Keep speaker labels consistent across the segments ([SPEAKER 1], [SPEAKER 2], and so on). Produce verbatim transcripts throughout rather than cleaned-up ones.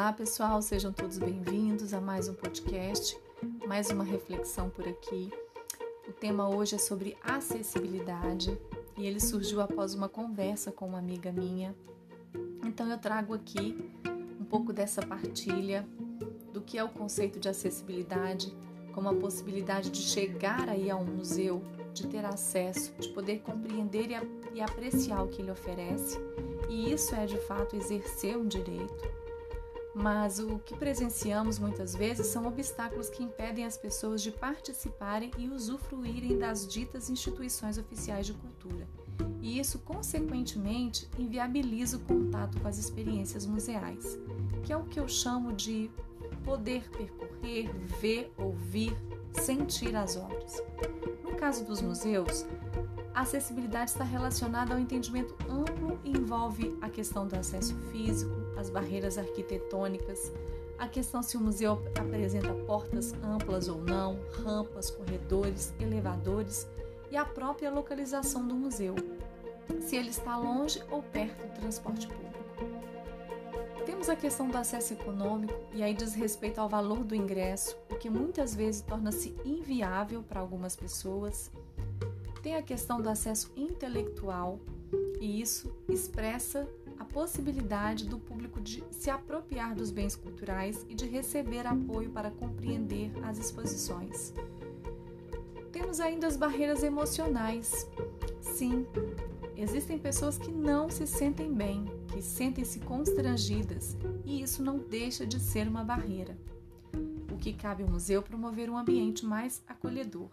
[SPEAKER 1] Olá pessoal, sejam todos bem-vindos a mais um podcast, mais uma reflexão por aqui. O tema hoje é sobre acessibilidade e ele surgiu após uma conversa com uma amiga minha. Então eu trago aqui um pouco dessa partilha do que é o conceito de acessibilidade, como a possibilidade de chegar aí a um museu, de ter acesso, de poder compreender e, e apreciar o que ele oferece. E isso é de fato exercer um direito. Mas o que presenciamos muitas vezes são obstáculos que impedem as pessoas de participarem e usufruírem das ditas instituições oficiais de cultura. E isso, consequentemente, inviabiliza o contato com as experiências museais, que é o que eu chamo de poder percorrer, ver, ouvir, sentir as obras. No caso dos museus, a acessibilidade está relacionada ao entendimento amplo e envolve a questão do acesso físico, as barreiras arquitetônicas, a questão se o museu apresenta portas amplas ou não, rampas, corredores, elevadores e a própria localização do museu, se ele está longe ou perto do transporte público. Temos a questão do acesso econômico e aí diz respeito ao valor do ingresso, o que muitas vezes torna-se inviável para algumas pessoas. Tem a questão do acesso intelectual e isso expressa a possibilidade do público de se apropriar dos bens culturais e de receber apoio para compreender as exposições. Temos ainda as barreiras emocionais. Sim, existem pessoas que não se sentem bem, que sentem-se constrangidas e isso não deixa de ser uma barreira. O que cabe ao museu promover um ambiente mais acolhedor.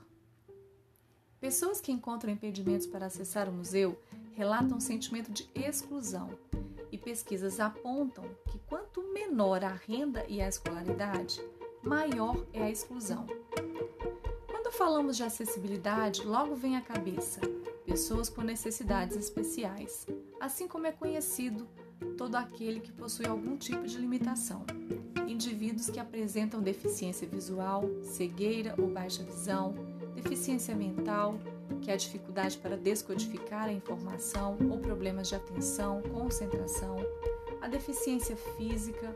[SPEAKER 1] Pessoas que encontram impedimentos para acessar o museu relatam um sentimento de exclusão e pesquisas apontam que quanto menor a renda e a escolaridade, maior é a exclusão. Quando falamos de acessibilidade, logo vem à cabeça pessoas com necessidades especiais, assim como é conhecido todo aquele que possui algum tipo de limitação. Indivíduos que apresentam deficiência visual, cegueira ou baixa visão, deficiência mental, que é a dificuldade para descodificar a informação ou problemas de atenção, concentração, a deficiência física,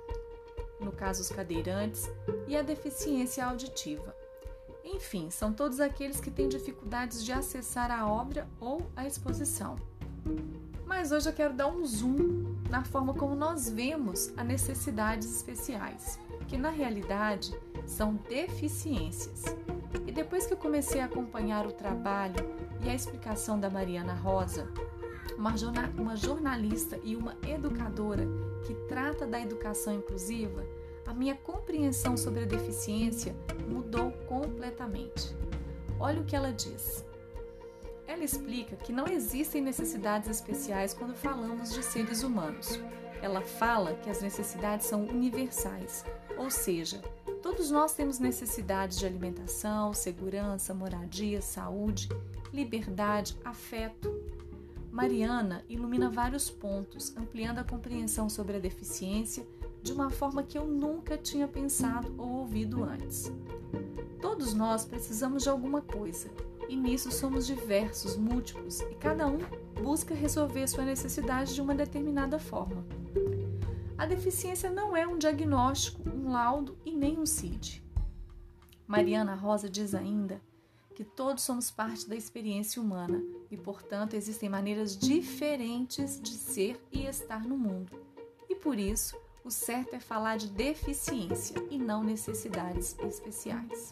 [SPEAKER 1] no caso os cadeirantes, e a deficiência auditiva. Enfim, são todos aqueles que têm dificuldades de acessar a obra ou a exposição. Mas hoje eu quero dar um zoom na forma como nós vemos as necessidades especiais, que na realidade são deficiências. E depois que eu comecei a acompanhar o trabalho e a explicação da Mariana Rosa, uma, jornal, uma jornalista e uma educadora que trata da educação inclusiva, a minha compreensão sobre a deficiência mudou completamente. Olha o que ela diz. Ela explica que não existem necessidades especiais quando falamos de seres humanos. Ela fala que as necessidades são universais, ou seja, todos nós temos necessidades de alimentação, segurança, moradia, saúde, liberdade, afeto. Mariana ilumina vários pontos, ampliando a compreensão sobre a deficiência de uma forma que eu nunca tinha pensado ou ouvido antes. Todos nós precisamos de alguma coisa, e nisso somos diversos, múltiplos, e cada um busca resolver sua necessidade de uma determinada forma. A deficiência não é um diagnóstico, um laudo e nem um C I D. Mariana Rosa diz ainda que todos somos parte da experiência humana e, portanto, existem maneiras diferentes de ser e estar no mundo. E por isso, o certo é falar de deficiência e não necessidades especiais.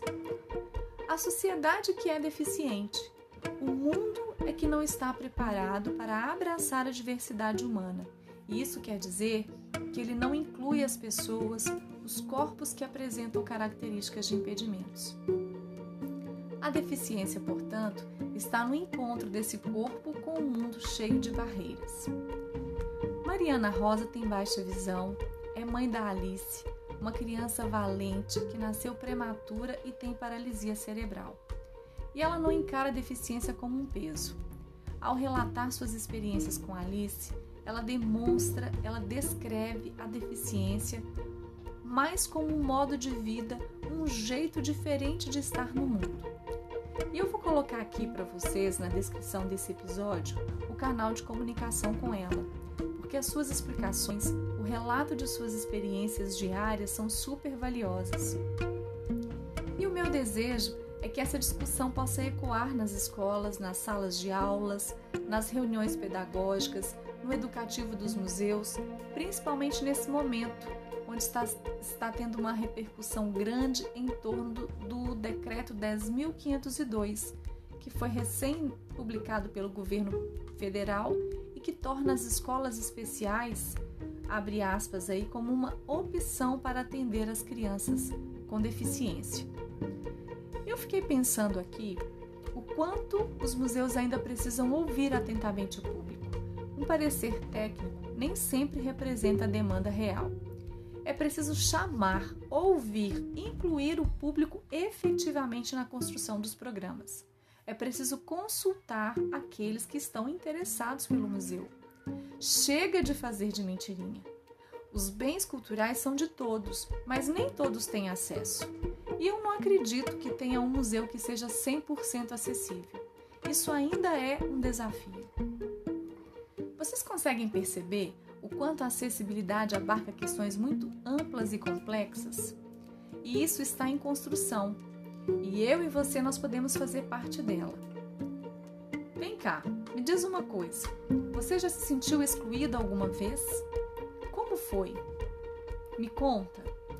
[SPEAKER 1] A sociedade que é deficiente, o mundo é que não está preparado para abraçar a diversidade humana. E isso quer dizer que ele não inclui as pessoas, os corpos que apresentam características de impedimentos. A deficiência, portanto, está no encontro desse corpo com um mundo cheio de barreiras. Mariana Rosa tem baixa visão, é mãe da Alice, uma criança valente que nasceu prematura e tem paralisia cerebral. E ela não encara a deficiência como um peso. Ao relatar suas experiências com Alice, ela demonstra, ela descreve a deficiência mais como um modo de vida, um jeito diferente de estar no mundo. E eu vou colocar aqui para vocês, na descrição desse episódio, o canal de comunicação com ela, porque as suas explicações, o relato de suas experiências diárias são super valiosas. E o meu desejo é que essa discussão possa ecoar nas escolas, nas salas de aulas, nas reuniões pedagógicas, no educativo dos museus, principalmente nesse momento, onde está, está tendo uma repercussão grande em torno do, do Decreto dez mil quinhentos e dois, que foi recém-publicado pelo governo federal e que torna as escolas especiais, abre aspas aí, como uma opção para atender as crianças com deficiência. Eu fiquei pensando aqui o quanto os museus ainda precisam ouvir atentamente o público. Um parecer técnico nem sempre representa a demanda real. É preciso chamar, ouvir, incluir o público efetivamente na construção dos programas. É preciso consultar aqueles que estão interessados pelo museu. Chega de fazer de mentirinha. Os bens culturais são de todos, mas nem todos têm acesso. E eu não acredito que tenha um museu que seja cem por cento acessível. Isso ainda é um desafio. Vocês conseguem perceber o quanto a acessibilidade abarca questões muito amplas e complexas? E isso está em construção. E eu e você nós podemos fazer parte dela. Vem cá, me diz uma coisa. Você já se sentiu excluída alguma vez? Como foi? Me conta.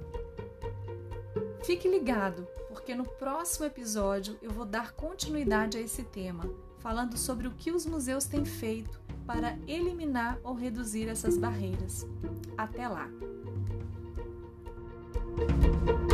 [SPEAKER 1] Fique ligado, porque no próximo episódio eu vou dar continuidade a esse tema, falando sobre o que os museus têm feito para eliminar ou reduzir essas barreiras. Até lá!